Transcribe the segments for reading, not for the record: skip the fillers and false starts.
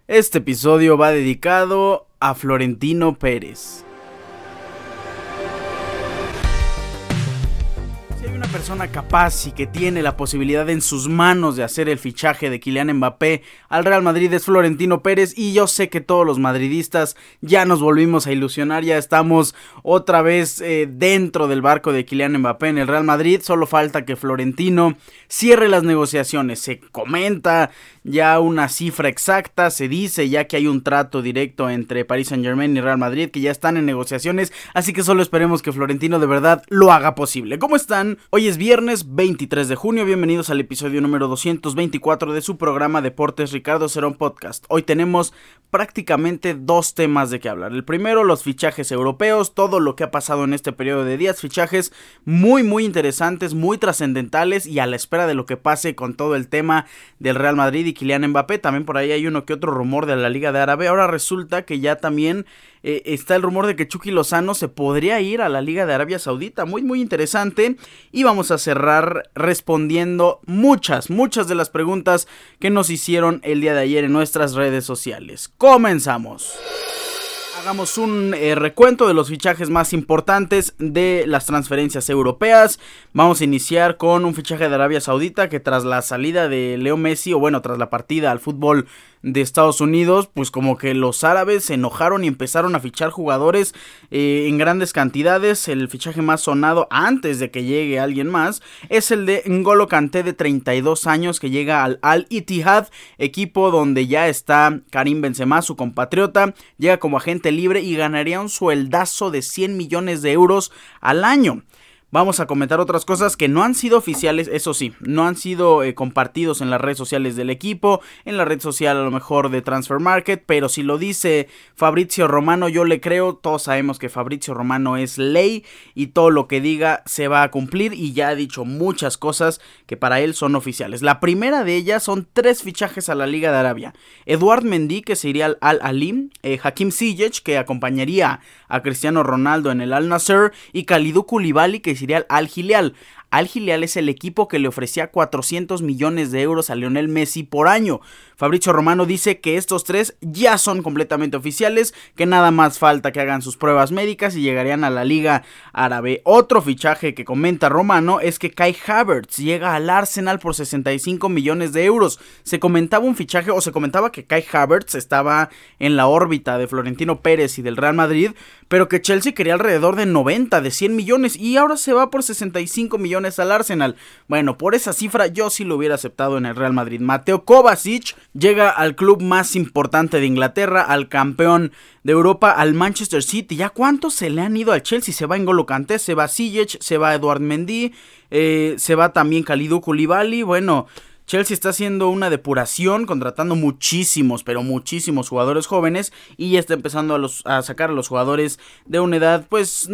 Este episodio va dedicado a Florentino Pérez. Si hay una persona capaz y que tiene la posibilidad en sus manos de hacer el fichaje de Kylian Mbappé al Real Madrid, es Florentino Pérez, y yo sé que todos los madridistas ya nos volvimos a ilusionar, ya estamos otra vez dentro del barco de Kylian Mbappé en el Real Madrid. Solo falta que Florentino cierre las negociaciones. Se comenta ya una cifra exacta, se dice ya que hay un trato directo entre Paris Saint-Germain y Real Madrid, que ya están en negociaciones, así que solo esperemos que Florentino de verdad lo haga posible. ¿Cómo están? Hoy es viernes 23 de junio, bienvenidos al episodio número 224 de su programa Deportes Ricardo Cerón Podcast. Hoy tenemos prácticamente dos temas de qué hablar. El primero, los fichajes europeos, todo lo que ha pasado en este periodo de días, fichajes muy interesantes, muy trascendentales y a la espera de lo que pase con todo el tema del Real Madrid y Kylian Mbappé. También por ahí hay uno que otro rumor de la Liga de Arabia. Ahora resulta que ya también está el rumor de que Chucky Lozano se podría ir a la Liga de Arabia Saudita. Muy interesante. Y vamos a cerrar respondiendo muchas de las preguntas que nos hicieron el día de ayer en nuestras redes sociales. Comenzamos. Hagamos un recuento de los fichajes más importantes de las transferencias europeas. Vamos a iniciar con un fichaje de Arabia Saudita que tras la salida de Leo Messi, o bueno, tras la partida al fútbol de Estados Unidos, pues como que los árabes se enojaron y empezaron a fichar jugadores en grandes cantidades. El fichaje más sonado antes de que llegue alguien más es el de N'Golo Kanté, de 32 años, que llega al Al-Ittihad, equipo donde ya está Karim Benzema, su compatriota. Llega como agente libre y ganaría un sueldazo de 100 millones de euros al año. Vamos a comentar otras cosas que no han sido oficiales, eso sí, no han sido compartidos en las redes sociales del equipo, en la red social a lo mejor de Transfer Market, pero si lo dice Fabrizio Romano yo le creo. Todos sabemos que Fabrizio Romano es ley y todo lo que diga se va a cumplir, y ya ha dicho muchas cosas que para él son oficiales. La primera de ellas son 3 fichajes a la Liga de Arabia. Edouard Mendy, que se iría al Al-Ahly, Hakim Ziyech, que acompañaría a Cristiano Ronaldo en el Al-Nassr, y Kalidou Koulibaly, que sería Al-Hilal. Al-Hilal es el equipo que le ofrecía 400 millones de euros a Lionel Messi por año. Fabrizio Romano dice que estos 3 ya son completamente oficiales, que nada más falta que hagan sus pruebas médicas y llegarían a la Liga Árabe. Otro fichaje que comenta Romano es que Kai Havertz llega al Arsenal por 65 millones de euros. Se comentaba un fichaje, o se comentaba que Kai Havertz estaba en la órbita de Florentino Pérez y del Real Madrid, pero que Chelsea quería alrededor de 90, de 100 millones, y ahora se va por 65 millones al Arsenal. Bueno, por esa cifra yo sí lo hubiera aceptado en el Real Madrid. Mateo Kovacic llega al club más importante de Inglaterra, al campeón de Europa, al Manchester City. ¿Ya cuántos se le han ido al Chelsea? Se va N'Golo Kanté, se va Ziyech, se va Edouard Mendy, se va también Kalidou Koulibaly. Bueno, Chelsea está haciendo una depuración, contratando muchísimos jugadores jóvenes, y ya está empezando a sacar a los jugadores de una edad, pues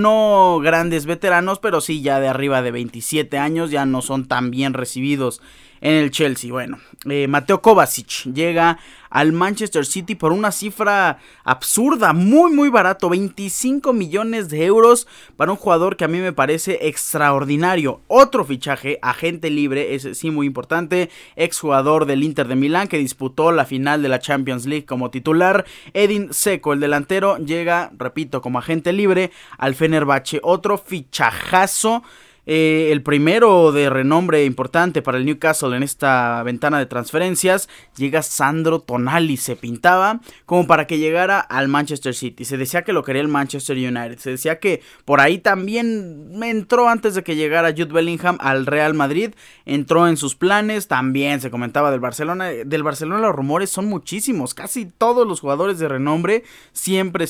no grandes veteranos, pero sí ya de arriba de 27 años, ya no son tan bien recibidos en el Chelsea. Bueno, Mateo Kovacic llega al Manchester City por una cifra absurda, muy barato, 25 millones de euros para un jugador que a mí me parece extraordinario. Otro fichaje, agente libre, ese sí muy importante, exjugador del Inter de Milán que disputó la final de la Champions League como titular. Edin Dzeko, el delantero, llega, repito, como agente libre al Fenerbahce. Otro fichajazo, el primero de renombre importante para el Newcastle en esta ventana de transferencias, llega Sandro Tonali. Se pintaba como para que llegara al Manchester City. Se decía que lo quería el Manchester United. Se decía que por ahí también entró antes de que llegara Jude Bellingham al Real Madrid. Entró en sus planes. También se comentaba del Barcelona. Del Barcelona los rumores son muchísimos. Casi todos los jugadores de renombre siempre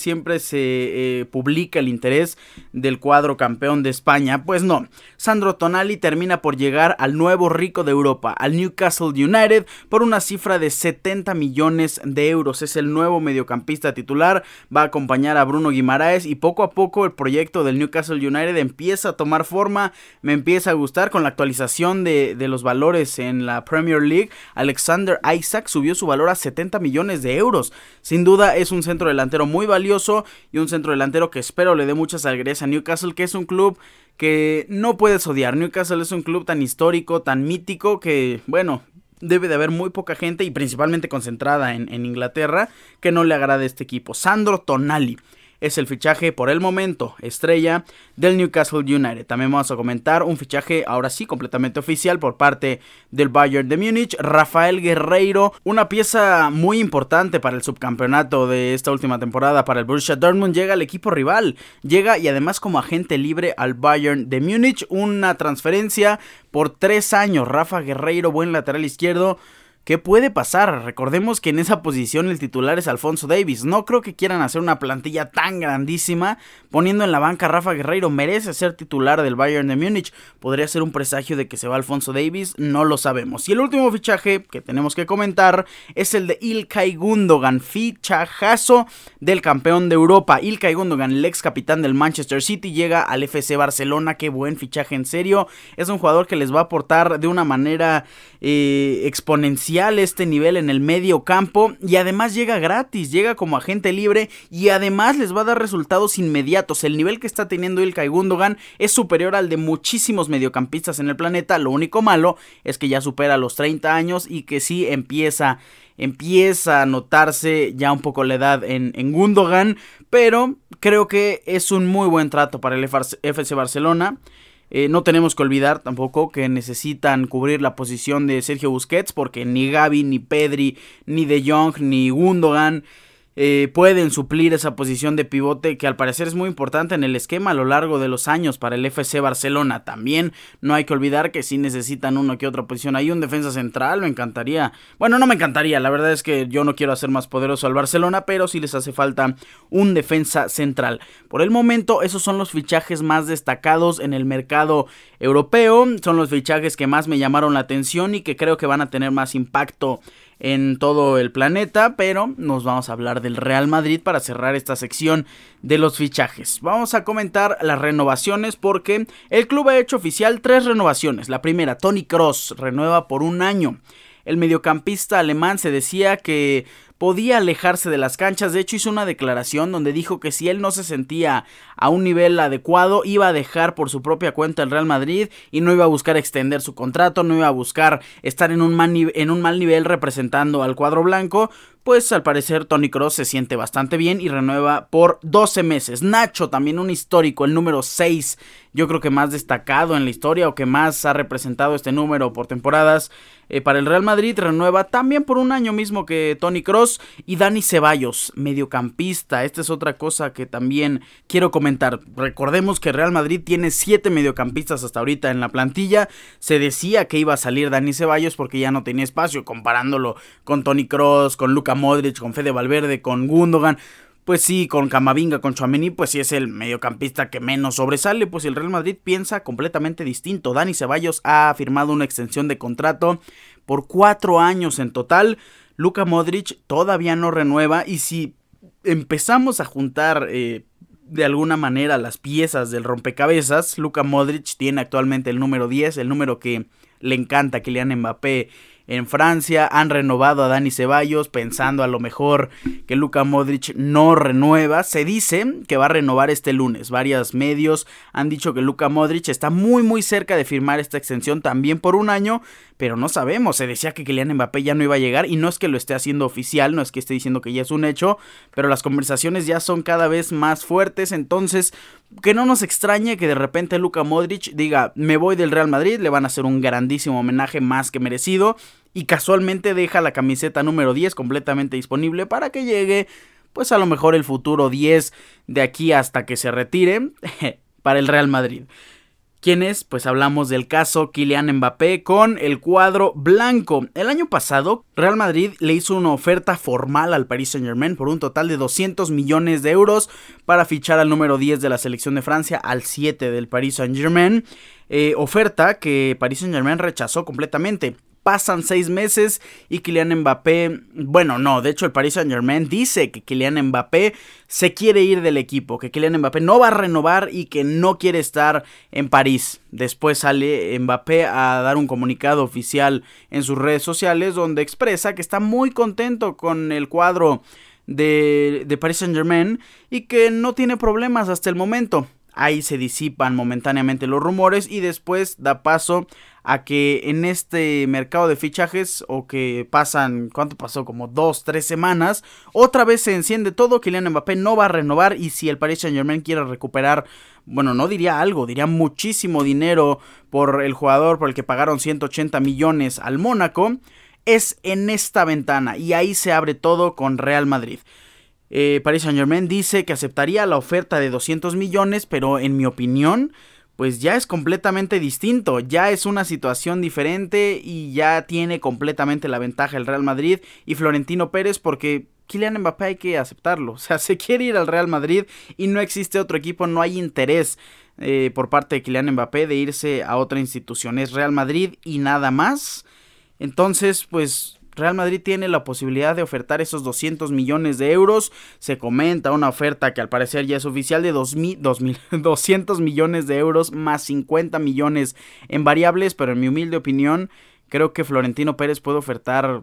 se publica el interés del cuadro campeón de España. Pues no. Sandro Tonali termina por llegar al nuevo rico de Europa, al Newcastle United, por una cifra de 70 millones de euros. Es el nuevo mediocampista titular, va a acompañar a Bruno Guimaraes, y poco a poco el proyecto del Newcastle United empieza a tomar forma. Me empieza a gustar con la actualización de los valores en la Premier League. Alexander Isak subió su valor a 70 millones de euros. Sin duda es un centro delantero muy valioso, y un centro delantero que espero le dé muchas alegrías a Newcastle, que es un club que no puedes odiar. Newcastle es un club tan histórico, tan mítico, que, bueno, debe de haber muy poca gente y principalmente concentrada en Inglaterra que no le agrade este equipo. Sandro Tonali es el fichaje por el momento estrella del Newcastle United. También vamos a comentar un fichaje ahora sí completamente oficial por parte del Bayern de Múnich, Rafael Guerreiro, una pieza muy importante para el subcampeonato de esta última temporada para el Borussia Dortmund. Llega al equipo rival, llega y además como agente libre al Bayern de Múnich, una transferencia por 3 años. Rafa Guerreiro, buen lateral izquierdo. ¿Qué puede pasar? Recordemos que en esa posición el titular es Alphonso Davies. No creo que quieran hacer una plantilla tan grandísima poniendo en la banca a Rafa Guerreiro. Merece ser titular del Bayern de Múnich. ¿Podría ser un presagio de que se va Alphonso Davies? No lo sabemos. Y el último fichaje que tenemos que comentar es el de İlkay Gündoğan. Fichajazo del campeón de Europa. İlkay Gündoğan, el ex capitán del Manchester City, llega al FC Barcelona. Qué buen fichaje, en serio. Es un jugador que les va a aportar de una manera exponencial este nivel en el medio campo y además llega gratis, llega como agente libre y además les va a dar resultados inmediatos. El nivel que está teniendo İlkay Gündoğan es superior al de muchísimos mediocampistas en el planeta. Lo único malo es que ya supera los 30 años y que sí empieza a notarse ya un poco la edad en Gündoğan, pero creo que es un muy buen trato para el FC Barcelona. No tenemos que olvidar tampoco que necesitan cubrir la posición de Sergio Busquets, porque ni Gavi, ni Pedri, ni De Jong, ni Gündoğan pueden suplir esa posición de pivote que al parecer es muy importante en el esquema a lo largo de los años para el FC Barcelona. También no hay que olvidar que sí necesitan una que otra posición. Hay un defensa central, me encantaría. Bueno, no me encantaría, la verdad es que yo no quiero hacer más poderoso al Barcelona, pero sí les hace falta un defensa central. Por el momento, esos son los fichajes más destacados en el mercado europeo. Son los fichajes que más me llamaron la atención y que creo que van a tener más impacto en todo el planeta, pero nos vamos a hablar del Real Madrid para cerrar esta sección de los fichajes. Vamos a comentar las renovaciones porque el club ha hecho oficial 3 renovaciones. La primera, Toni Kroos renueva por 1 año. El mediocampista alemán se decía que podía alejarse de las canchas. De hecho, hizo una declaración donde dijo que si él no se sentía a un nivel adecuado, iba a dejar por su propia cuenta el Real Madrid y no iba a buscar extender su contrato, no iba a buscar estar en un mal nivel representando al cuadro blanco. Pues al parecer Toni Kroos se siente bastante bien y renueva por 12 meses. Nacho, también un histórico, el número 6, yo creo que más destacado en la historia o que más ha representado este número por temporadas para el Real Madrid, renueva también por 1 año mismo que Toni Kroos. Y Dani Ceballos, mediocampista, esta es otra cosa que también quiero comentar. Recordemos que Real Madrid tiene 7 mediocampistas hasta ahorita en la plantilla. Se decía que iba a salir Dani Ceballos porque ya no tenía espacio, comparándolo con Toni Kroos, con Luka Modric, con Fede Valverde, con Gündoğan. Pues sí, con Camavinga, con Tchouaméni, pues sí es el mediocampista que menos sobresale. Pues el Real Madrid piensa completamente distinto. Dani Ceballos ha firmado una extensión de contrato por 4 años en total. Luka Modric todavía no renueva y si empezamos a juntar de alguna manera las piezas del rompecabezas, Luka Modric tiene actualmente el número 10, el número que le encanta a Kylian Mbappé en Francia. Han renovado a Dani Ceballos pensando a lo mejor que Luka Modric no renueva. Se dice que va a renovar este lunes. Varios medios han dicho que Luka Modric está muy cerca de firmar esta extensión también por 1 año, pero no sabemos. Se decía que Kylian Mbappé ya no iba a llegar y no es que lo esté haciendo oficial, no es que esté diciendo que ya es un hecho, pero las conversaciones ya son cada vez más fuertes. Entonces, que no nos extrañe que de repente Luka Modric diga: me voy del Real Madrid, le van a hacer un grandísimo homenaje más que merecido y casualmente deja la camiseta número 10 completamente disponible para que llegue, pues a lo mejor el futuro 10 de aquí hasta que se retire para el Real Madrid. ¿Quién es? Pues hablamos del caso Kylian Mbappé con el cuadro blanco. El año pasado, Real Madrid le hizo una oferta formal al Paris Saint-Germain por un total de 200 millones de euros para fichar al número 10 de la selección de Francia, al 7 del Paris Saint-Germain. Oferta que Paris Saint-Germain rechazó completamente. Pasan 6 meses y Kylian Mbappé, de hecho el Paris Saint-Germain dice que Kylian Mbappé se quiere ir del equipo, que Kylian Mbappé no va a renovar y que no quiere estar en París. Después sale Mbappé a dar un comunicado oficial en sus redes sociales donde expresa que está muy contento con el cuadro de Paris Saint-Germain y que no tiene problemas hasta el momento. Ahí se disipan momentáneamente los rumores y después da paso a que en este mercado de fichajes, o que pasan, ¿cuánto pasó? Como 2-3 semanas, otra vez se enciende todo. Kylian Mbappé no va a renovar, y si el Paris Saint-Germain quiere recuperar, bueno, no diría algo, diría muchísimo dinero por el jugador por el que pagaron 180 millones al Mónaco, es en esta ventana, y ahí se abre todo con Real Madrid. Paris Saint-Germain dice que aceptaría la oferta de 200 millones, pero en mi opinión, pues ya es completamente distinto, ya es una situación diferente y ya tiene completamente la ventaja el Real Madrid y Florentino Pérez, porque Kylian Mbappé hay que aceptarlo, o sea, se quiere ir al Real Madrid y no existe otro equipo, no hay interés por parte de Kylian Mbappé de irse a otra institución, es Real Madrid y nada más. Entonces, pues Real Madrid tiene la posibilidad de ofertar esos 200 millones de euros. Se comenta una oferta que al parecer ya es oficial de 200 millones de euros más 50 millones en variables, pero en mi humilde opinión creo que Florentino Pérez puede ofertar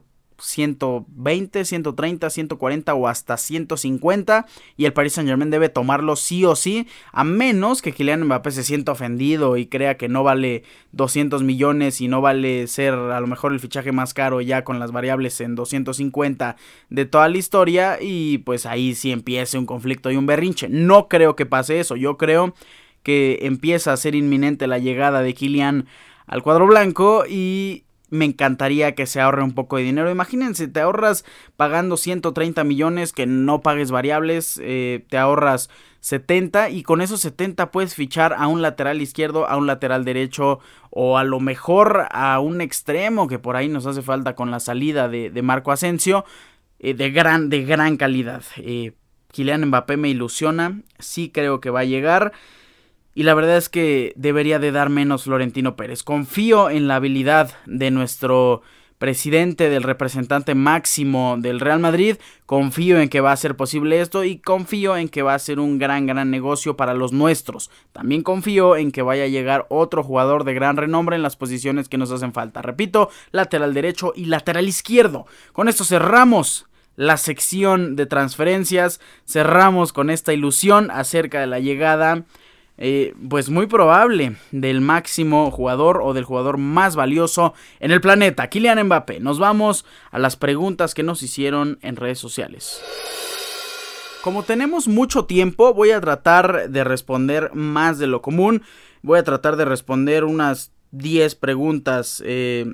120, 130, 140 o hasta 150, y el Paris Saint-Germain debe tomarlo sí o sí, a menos que Kylian Mbappé se sienta ofendido y crea que no vale 200 millones y no vale ser a lo mejor el fichaje más caro, ya con las variables en 250 de toda la historia, y pues ahí sí empiece un conflicto y un berrinche. No creo que pase eso, yo creo que empieza a ser inminente la llegada de Kylian al cuadro blanco, y me encantaría que se ahorre un poco de dinero. Imagínense, te ahorras pagando 130 millones, que no pagues variables, te ahorras 70, y con esos 70 puedes fichar a un lateral izquierdo, a un lateral derecho, o a lo mejor a un extremo que por ahí nos hace falta con la salida de Marco Asensio, de gran calidad. Kylian Mbappé me ilusiona, sí creo que va a llegar. Y la verdad es que debería de dar menos Florentino Pérez. Confío en la habilidad de nuestro presidente, del representante máximo del Real Madrid. Confío en que va a ser posible esto, y confío en que va a ser un gran negocio para los nuestros. También confío en que vaya a llegar otro jugador de gran renombre en las posiciones que nos hacen falta. Repito, lateral derecho y lateral izquierdo. Con esto cerramos la sección de transferencias. Cerramos con esta ilusión acerca de la llegada, pues muy probable, del máximo jugador o del jugador más valioso en el planeta, Kylian Mbappé. Nos vamos a las preguntas que nos hicieron en redes sociales. Como tenemos mucho tiempo, voy a tratar de responder más de lo común. Voy a tratar de responder unas 10 preguntas.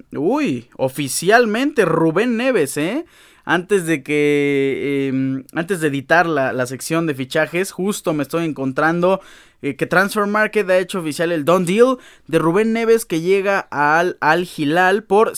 Oficialmente Rubén Neves, antes de editar la sección de fichajes, justo me estoy encontrando que Transfer Market ha hecho oficial el done deal de Rubén Neves, que llega al Al Hilal por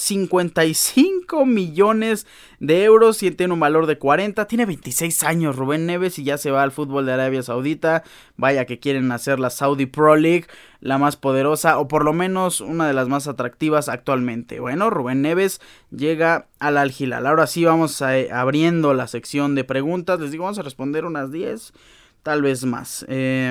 55 millones de euros y tiene un valor de 40. Tiene 26 años Rubén Neves y ya se va al fútbol de Arabia Saudita. Vaya que quieren hacer la Saudi Pro League la más poderosa, o por lo menos una de las más atractivas actualmente. Bueno, Rubén Neves llega al Al Hilal. Ahora sí vamos abriendo la sección de preguntas. Les digo, vamos a responder unas 10, tal vez más.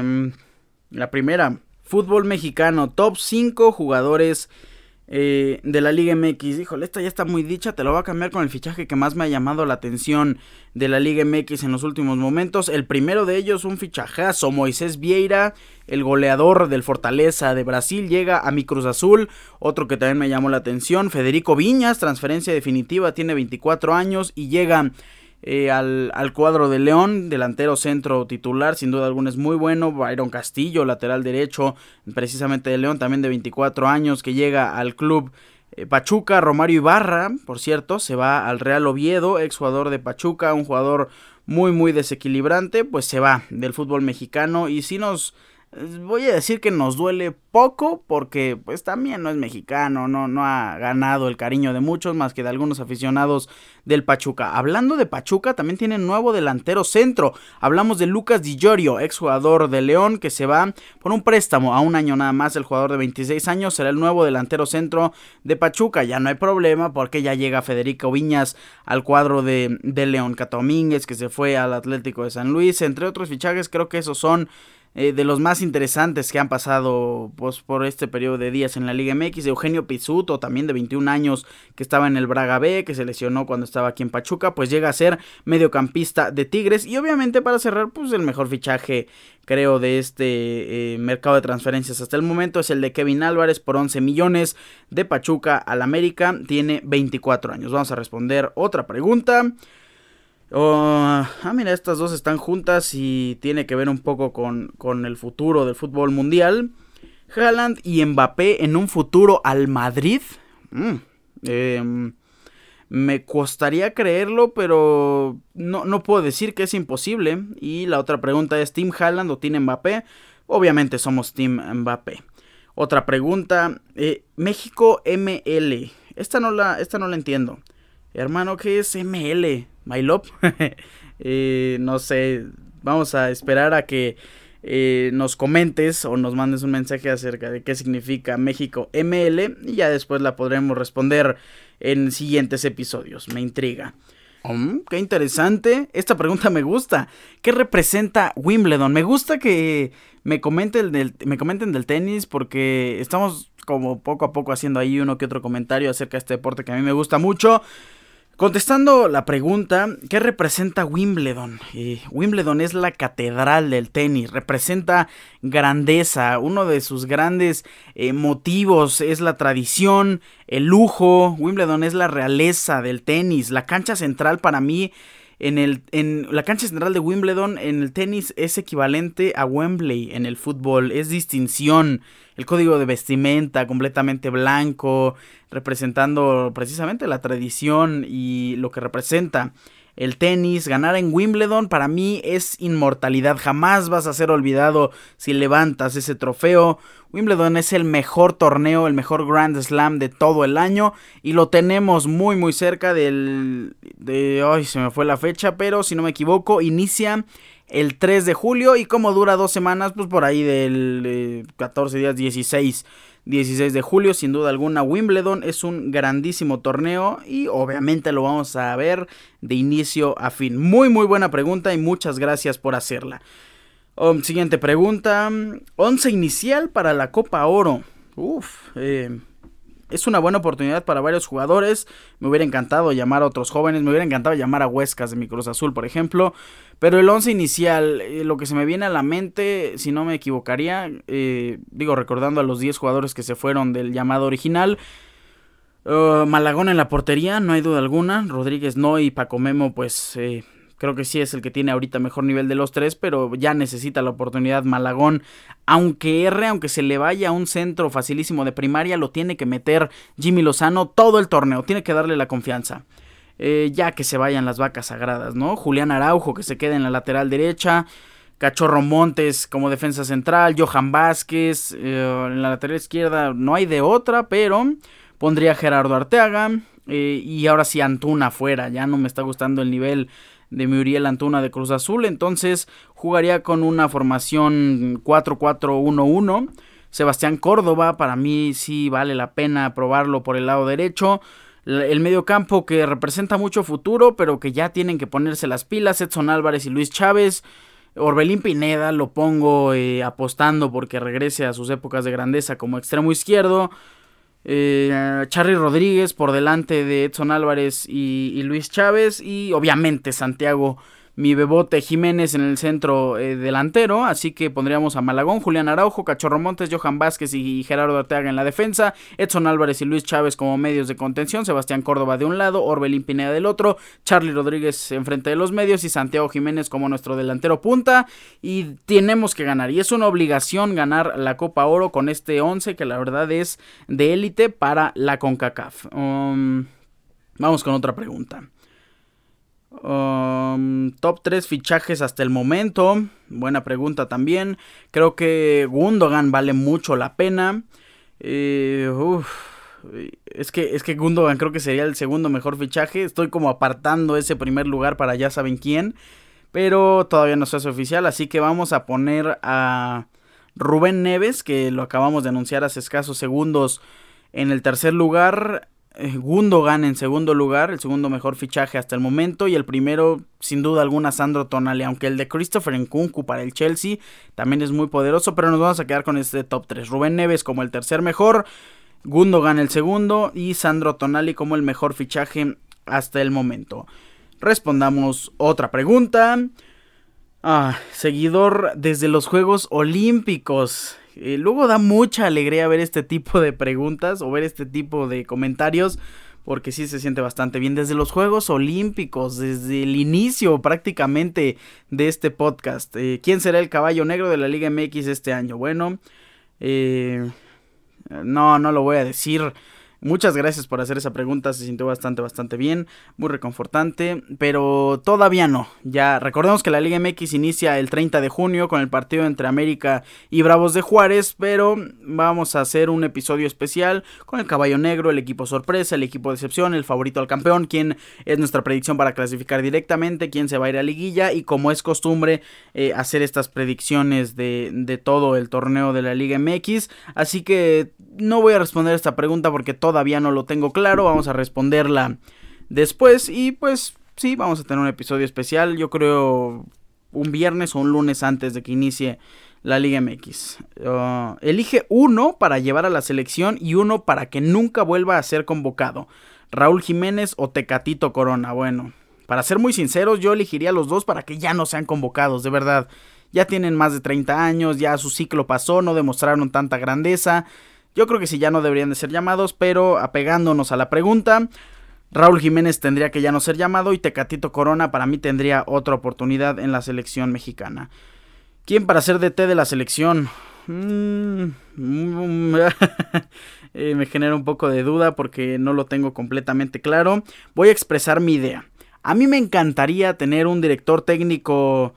La primera, fútbol mexicano, top 5 jugadores de la Liga MX. Híjole, esta ya está muy dicha, te lo voy a cambiar con el fichaje que más me ha llamado la atención de la Liga MX en los últimos momentos. El primero de ellos, un fichajazo, Moisés Vieira, el goleador del Fortaleza de Brasil, llega a mi Cruz Azul. Otro que también me llamó la atención, Federico Viñas, transferencia definitiva, tiene 24 años y llega al cuadro de León, delantero centro titular, sin duda alguna es muy bueno. Byron Castillo, lateral derecho, precisamente de León, también de 24 años, que llega al club Pachuca. Romario Ibarra, por cierto, se va al Real Oviedo, exjugador de Pachuca, un jugador muy desequilibrante, pues se va del fútbol mexicano. Y si voy a decir que nos duele poco, porque pues también no es mexicano, no ha ganado el cariño de muchos, más que de algunos aficionados del Pachuca. Hablando de Pachuca, también tiene nuevo delantero centro. Hablamos de Lucas Di Llorio, exjugador de León, que se va por un préstamo a un año nada más. El jugador de 26 años será el nuevo delantero centro de Pachuca. Ya no hay problema, porque ya llega Federico Viñas al cuadro de León. Cato Domínguez, que se fue al Atlético de San Luis, entre otros fichajes. Creo que esos son de los más interesantes que han pasado pues, por este periodo de días en la Liga MX. Eugenio Pizzuto, también de 21 años, que estaba en el Braga B, que se lesionó cuando estaba aquí en Pachuca, pues llega a ser mediocampista de Tigres. Y obviamente, para cerrar, pues el mejor fichaje, creo, de este mercado de transferencias hasta el momento es el de Kevin Álvarez por 11 millones de Pachuca al América. Tiene 24 años. Vamos a responder otra pregunta. Mira, estas dos están juntas y tiene que ver un poco con el futuro del fútbol mundial. Haaland y Mbappé en un futuro al Madrid. Me costaría creerlo, pero no puedo decir que es imposible. Y la otra pregunta es, ¿Team Haaland o Team Mbappé? Obviamente somos Team Mbappé. Otra pregunta, México ML. Esta no la entiendo. Hermano, ¿qué es ML? ¿My Love? No sé, vamos a esperar a que nos comentes o nos mandes un mensaje acerca de qué significa México ML y ya después la podremos responder en siguientes episodios. Me intriga. Qué interesante. Esta pregunta me gusta. ¿Qué representa Wimbledon? Me gusta que me comenten del tenis, porque estamos como poco a poco haciendo ahí uno que otro comentario acerca de este deporte que a mí me gusta mucho. Contestando la pregunta, ¿qué representa Wimbledon? Wimbledon es la catedral del tenis, representa grandeza. Uno de sus grandes motivos es la tradición, el lujo. Wimbledon es la realeza del tenis. La cancha central, para mí, la cancha central de Wimbledon en el tenis es equivalente a Wembley en el fútbol. Es distinción. El código de vestimenta completamente blanco, representando precisamente la tradición y lo que representa el tenis. Ganar en Wimbledon para mí es inmortalidad. Jamás vas a ser olvidado si levantas ese trofeo. Wimbledon es el mejor torneo, el mejor Grand Slam de todo el año, y lo tenemos muy muy cerca hoy se me fue la fecha, pero si no me equivoco inicia el 3 de julio y como dura 2 semanas, pues por ahí del 14 días, 16 de julio, sin duda alguna. Wimbledon es un grandísimo torneo y obviamente lo vamos a ver de inicio a fin. Muy muy buena pregunta y muchas gracias por hacerla. Siguiente pregunta, 11 inicial para la Copa Oro. Es una buena oportunidad para varios jugadores. Me hubiera encantado llamar a otros jóvenes. Me hubiera encantado llamar a Huescas de mi Cruz Azul, por ejemplo. Pero el 11 inicial, lo que se me viene a la mente, si no me equivocaría, recordando a los 10 jugadores que se fueron del llamado original. Malagón en la portería, no hay duda alguna. Rodríguez no, y Paco Memo, pues creo que sí es el que tiene ahorita mejor nivel de los tres, pero ya necesita la oportunidad Malagón. Aunque se le vaya un centro facilísimo de primaria, lo tiene que meter Jimmy Lozano todo el torneo, tiene que darle la confianza. Ya que se vayan las vacas sagradas, ¿no? Julián Araujo, que se quede en la lateral derecha. Cachorro Montes como defensa central. Johan Vázquez en la lateral izquierda. No hay de otra, pero pondría a Gerardo Arteaga. Y ahora sí Antuna fuera. Ya no me está gustando el nivel de Muriel Antuna de Cruz Azul. Entonces jugaría con una formación 4-4-1-1. Sebastián Córdoba, para mí sí vale la pena probarlo por el lado derecho. El mediocampo que representa mucho futuro, pero que ya tienen que ponerse las pilas. Edson Álvarez y Luis Chávez. Orbelín Pineda lo pongo apostando porque regrese a sus épocas de grandeza como extremo izquierdo. Charly Rodríguez por delante de Edson Álvarez y Luis Chávez. Y obviamente Santiago, mi bebote Jiménez en el centro delantero. Así que pondríamos a Malagón, Julián Araujo, Cachorro Montes, Johan Vázquez y Gerardo Arteaga en la defensa. Edson Álvarez y Luis Chávez como medios de contención. Sebastián Córdoba de un lado, Orbelín Pineda del otro. Charly Rodríguez enfrente de los medios y Santiago Jiménez como nuestro delantero punta. Y tenemos que ganar. Y es una obligación ganar la Copa Oro con este 11 que la verdad es de élite para la CONCACAF. Vamos con otra pregunta. Top 3 fichajes hasta el momento. Buena pregunta también. Creo que Gundogan vale mucho la pena. Es que Gundogan creo que sería el segundo mejor fichaje. Estoy como apartando ese primer lugar para ya saben quién, pero todavía no se hace oficial. Así que vamos a poner a Rubén Neves, que lo acabamos de anunciar hace escasos segundos, en el tercer lugar. Gundogan en segundo lugar, el segundo mejor fichaje hasta el momento, y el primero, sin duda alguna, Sandro Tonali, aunque el de Christopher Nkunku para el Chelsea también es muy poderoso, pero nos vamos a quedar con este top 3. Rubén Neves como el tercer mejor, Gundogan el segundo y Sandro Tonali como el mejor fichaje hasta el momento. Respondamos otra pregunta. Seguidor desde los Juegos Olímpicos. Luego da mucha alegría ver este tipo de preguntas o ver este tipo de comentarios, porque sí se siente bastante bien. Desde los Juegos Olímpicos, desde el inicio prácticamente de este podcast. ¿Quién será el caballo negro de la Liga MX este año? Bueno, no lo voy a decir. Muchas gracias por hacer esa pregunta, se sintió bastante bien, muy reconfortante, pero todavía no. Ya recordemos que la Liga MX inicia el 30 de junio con el partido entre América y Bravos de Juárez, pero vamos a hacer un episodio especial con el caballo negro, el equipo sorpresa, el equipo de excepción, el favorito al campeón, quién es nuestra predicción para clasificar directamente, quién se va a ir a liguilla, y como es costumbre hacer estas predicciones de todo el torneo de la Liga MX, así que no voy a responder esta pregunta porque todavía no lo tengo claro, vamos a responderla después y pues sí, vamos a tener un episodio especial, yo creo un viernes o un lunes antes de que inicie la Liga MX. Elige uno para llevar a la selección y uno para que nunca vuelva a ser convocado, Raúl Jiménez o Tecatito Corona. Bueno, para ser muy sinceros, yo elegiría los dos para que ya no sean convocados, de verdad. Ya tienen más de 30 años, ya su ciclo pasó, no demostraron tanta grandeza. Yo creo que sí, ya no deberían de ser llamados, pero apegándonos a la pregunta, Raúl Jiménez tendría que ya no ser llamado y Tecatito Corona para mí tendría otra oportunidad en la selección mexicana. ¿Quién para ser DT de la selección? Me genera un poco de duda porque no lo tengo completamente claro. Voy a expresar mi idea. A mí me encantaría tener un director técnico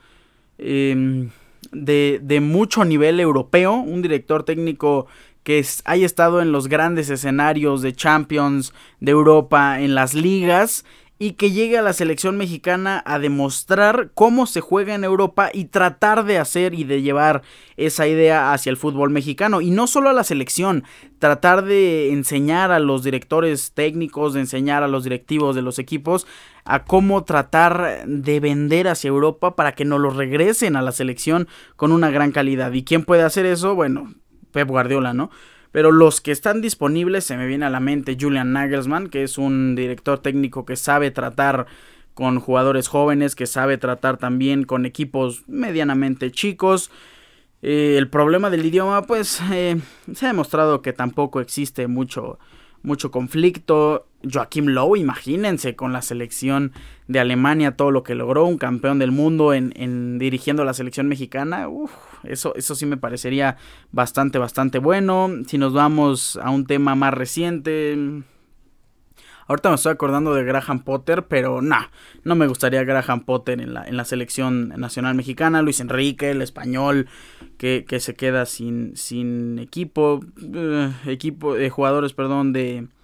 de mucho nivel europeo, un director técnico que haya estado en los grandes escenarios de Champions, de Europa, en las ligas, y que llegue a la selección mexicana a demostrar cómo se juega en Europa y tratar de hacer y de llevar esa idea hacia el fútbol mexicano. Y no solo a la selección, tratar de enseñar a los directores técnicos, de enseñar a los directivos de los equipos a cómo tratar de vender hacia Europa para que nos lo regresen a la selección con una gran calidad. ¿Y quién puede hacer eso? Bueno, Pep Guardiola, ¿no? Pero los que están disponibles, se me viene a la mente Julian Nagelsmann, que es un director técnico que sabe tratar con jugadores jóvenes, que sabe tratar también con equipos medianamente chicos. El problema del idioma, pues, se ha demostrado que tampoco existe mucho conflicto. Joachim Löw, imagínense, con la selección de Alemania, todo lo que logró, un campeón del mundo en dirigiendo la selección mexicana. Eso sí me parecería bastante bueno. Si nos vamos a un tema más reciente, ahorita me estoy acordando de Graham Potter, pero no me gustaría Graham Potter en la selección nacional mexicana. Luis Enrique, el español, que se queda sin equipo, jugadores, perdón,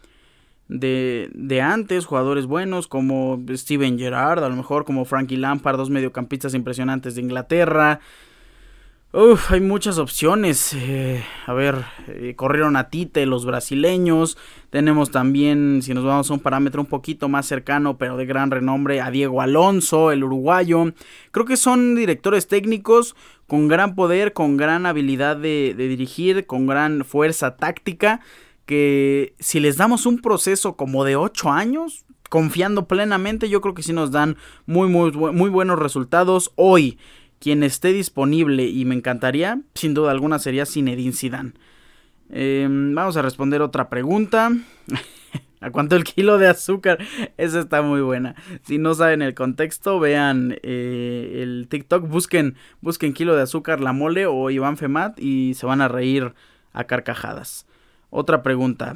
de antes, jugadores buenos como Steven Gerrard, a lo mejor como Frankie Lampard, dos mediocampistas impresionantes de Inglaterra. Hay muchas opciones. Corrieron a Tite los brasileños. Tenemos también, si nos vamos a un parámetro un poquito más cercano, pero de gran renombre, a Diego Alonso, el uruguayo. Creo que son directores técnicos con gran poder, con gran habilidad de dirigir, con gran fuerza táctica, que si les damos un proceso como de 8 años, confiando plenamente, yo creo que sí nos dan muy buenos resultados. Hoy, quien esté disponible y me encantaría, sin duda alguna, sería Zinedine Zidane. Vamos a responder otra pregunta. ¿A cuánto el kilo de azúcar? Esa está muy buena. Si no saben el contexto, vean el TikTok, busquen kilo de azúcar, La Mole o Iván Femat y se van a reír a carcajadas. Otra pregunta.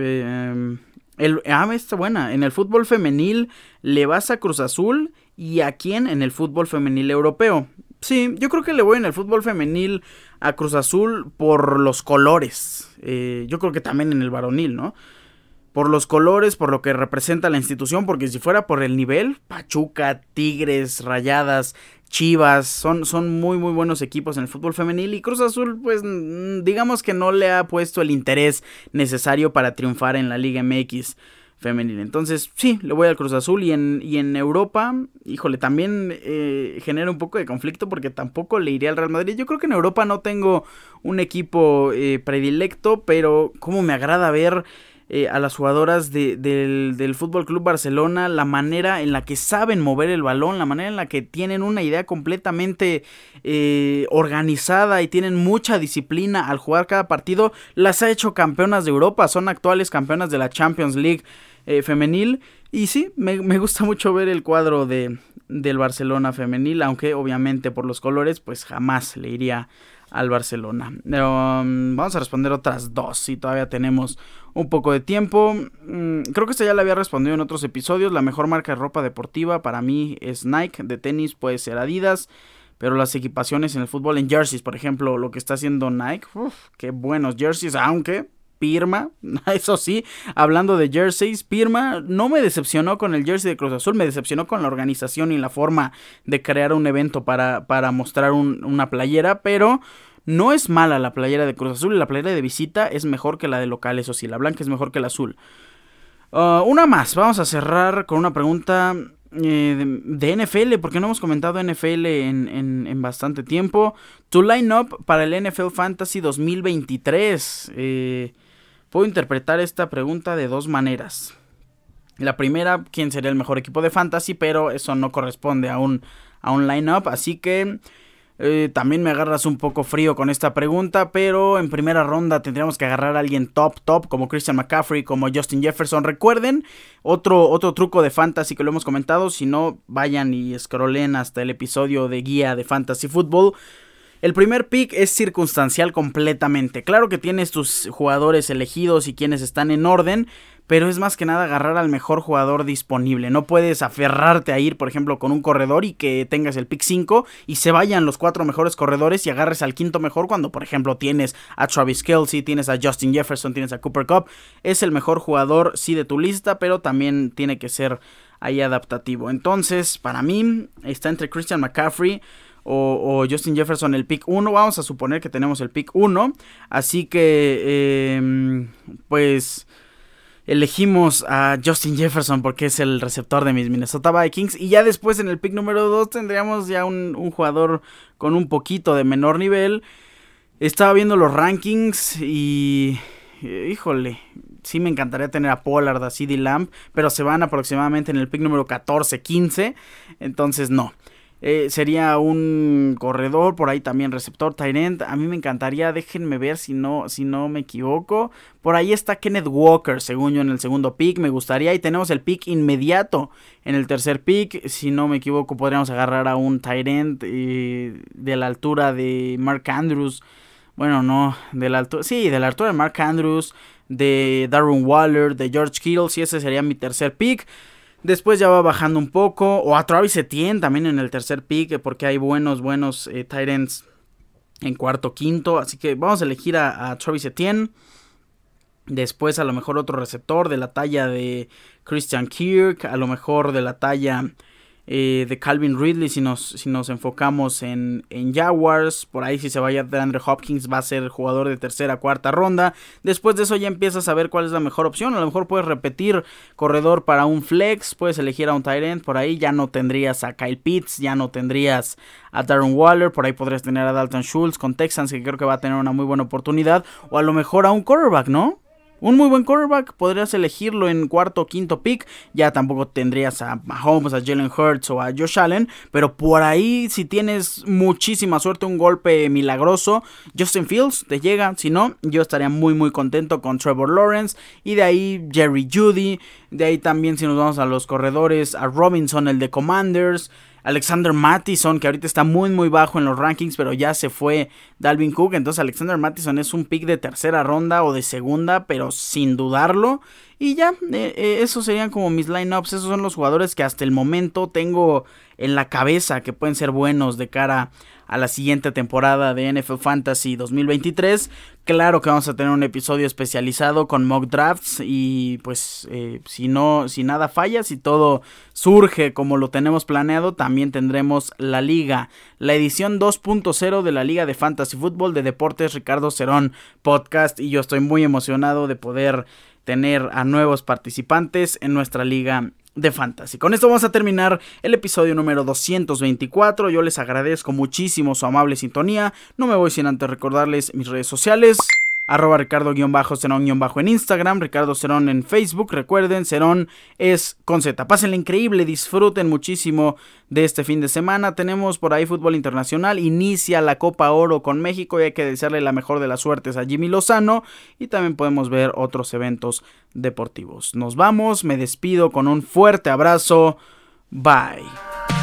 Está buena. En el fútbol femenil, ¿le vas a Cruz Azul? ¿Y a quién en el fútbol femenil europeo? Sí, yo creo que le voy en el fútbol femenil a Cruz Azul por los colores. Yo creo que también en el varonil, ¿no? Por los colores, por lo que representa la institución, porque si fuera por el nivel, Pachuca, Tigres, Rayadas, Chivas, son muy buenos equipos en el fútbol femenil, y Cruz Azul, pues, digamos que no le ha puesto el interés necesario para triunfar en la Liga MX femenil. Entonces, sí, le voy al Cruz Azul. Y en Europa, híjole, también genera un poco de conflicto porque tampoco le iría al Real Madrid. Yo creo que en Europa no tengo un equipo predilecto, pero como me agrada ver a las jugadoras del Fútbol Club Barcelona, la manera en la que saben mover el balón, la manera en la que tienen una idea completamente organizada y tienen mucha disciplina al jugar cada partido, las ha hecho campeonas de Europa, son actuales campeonas de la Champions League femenil. Y sí, me gusta mucho ver el cuadro del Barcelona femenil, aunque obviamente por los colores pues jamás le iría al Barcelona. Vamos a responder otras dos si todavía tenemos un poco de tiempo. Creo que esta ya la había respondido en otros episodios. La mejor marca de ropa deportiva para mí es Nike. De tenis puede ser Adidas, pero las equipaciones en el fútbol, en jerseys, por ejemplo, lo que está haciendo Nike, qué buenos jerseys, aunque Pirma, eso sí, hablando de jerseys, Pirma no me decepcionó con el jersey de Cruz Azul, me decepcionó con la organización y la forma de crear un evento para mostrar una playera, pero no es mala la playera de Cruz Azul, y la playera de visita es mejor que la de local, eso sí, la blanca es mejor que la azul. Una más, vamos a cerrar con una pregunta de NFL, porque no hemos comentado NFL en bastante tiempo. Tu line-up para el NFL Fantasy 2023. Puedo interpretar esta pregunta de dos maneras. La primera, ¿quién sería el mejor equipo de fantasy? Pero eso no corresponde a un line-up, así que también me agarras un poco frío con esta pregunta, pero en primera ronda tendríamos que agarrar a alguien top, como Christian McCaffrey, como Justin Jefferson. Recuerden, otro truco de fantasy que lo hemos comentado, si no, vayan y scrollen hasta el episodio de guía de Fantasy Football. El primer pick es circunstancial completamente. Claro que tienes tus jugadores elegidos y quienes están en orden, pero es más que nada agarrar al mejor jugador disponible. No puedes aferrarte a ir, por ejemplo, con un corredor y que tengas el pick 5 y se vayan los 4 mejores corredores y agarres al quinto mejor cuando, por ejemplo, tienes a Travis Kelce, tienes a Justin Jefferson, tienes a Cooper Kupp. Es el mejor jugador, sí, de tu lista, pero también tiene que ser ahí adaptativo. Entonces, para mí, está entre Christian McCaffrey o Justin Jefferson el pick 1. Vamos a suponer que tenemos el pick 1. Así que pues elegimos a Justin Jefferson porque es el receptor de mis Minnesota Vikings. Y ya después en el pick número 2 tendríamos ya un jugador con un poquito de menor nivel. Estaba viendo los rankings y híjole, sí me encantaría tener a Pollard, a CeeDee Lamb, pero se van aproximadamente en el pick número 14-15. Entonces no. Sería un corredor, por ahí también receptor, tight end. A mí me encantaría, déjenme ver si no me equivoco. Por ahí está Kenneth Walker, según yo, en el segundo pick. Me gustaría, y tenemos el pick inmediato en el tercer pick. Si no me equivoco, podríamos agarrar a un tight end de la altura de Mark Andrews. Bueno, no, de la altura de Mark Andrews, de Darren Waller, de George Kittle. Sí, ese sería mi tercer pick. Después ya va bajando un poco. O a Travis Etienne también en el tercer pick, porque hay buenos tight ends en cuarto, quinto. Así que vamos a elegir a Travis Etienne. Después a lo mejor otro receptor de la talla de Christian Kirk. A lo mejor de la talla de Calvin Ridley si nos enfocamos en Jaguars. Por ahí si se vaya de Andrew Hopkins va a ser jugador de tercera, cuarta ronda. Después de eso ya empiezas a ver cuál es la mejor opción. A lo mejor puedes repetir corredor para un flex, puedes elegir a un tight end. Por ahí ya no tendrías a Kyle Pitts, ya no tendrías a Darren Waller. Por ahí podrías tener a Dalton Schultz con Texans, que creo que va a tener una muy buena oportunidad. O a lo mejor a un quarterback, ¿no? Un muy buen quarterback, podrías elegirlo en cuarto o quinto pick. Ya tampoco tendrías a Mahomes, a Jalen Hurts o a Josh Allen. Pero por ahí, si tienes muchísima suerte, un golpe milagroso, Justin Fields te llega. Si no, yo estaría muy muy contento con Trevor Lawrence. Y de ahí Jerry Jeudy. De ahí también, si nos vamos a los corredores, a Robinson, el de Commanders. Alexander Mattison, que ahorita está muy muy bajo en los rankings, pero ya se fue Dalvin Cook. Entonces Alexander Mattison es un pick de tercera ronda o de segunda, pero sin dudarlo. Y ya, esos serían como mis lineups. Esos son los jugadores que hasta el momento tengo en la cabeza que pueden ser buenos de cara a la siguiente temporada de NFL Fantasy 2023. Claro que vamos a tener un episodio especializado con mock drafts y pues si nada falla, si todo surge como lo tenemos planeado, también tendremos la liga, la edición 2.0 de la Liga de Fantasy Football de Deportes Ricardo Cerón Podcast, y yo estoy muy emocionado de poder tener a nuevos participantes en nuestra liga de Fantasy. Con esto vamos a terminar el episodio número 224. Yo les agradezco muchísimo su amable sintonía. No me voy sin antes recordarles mis redes sociales. @Ricardo_Cerón- en Instagram, Ricardo Cerón en Facebook. Recuerden, Cerón es con Z. Pásenla increíble, disfruten muchísimo de este fin de semana. Tenemos por ahí fútbol internacional, inicia la Copa Oro con México y hay que desearle la mejor de las suertes a Jimmy Lozano, y también podemos ver otros eventos deportivos. Nos vamos, me despido con un fuerte abrazo, bye.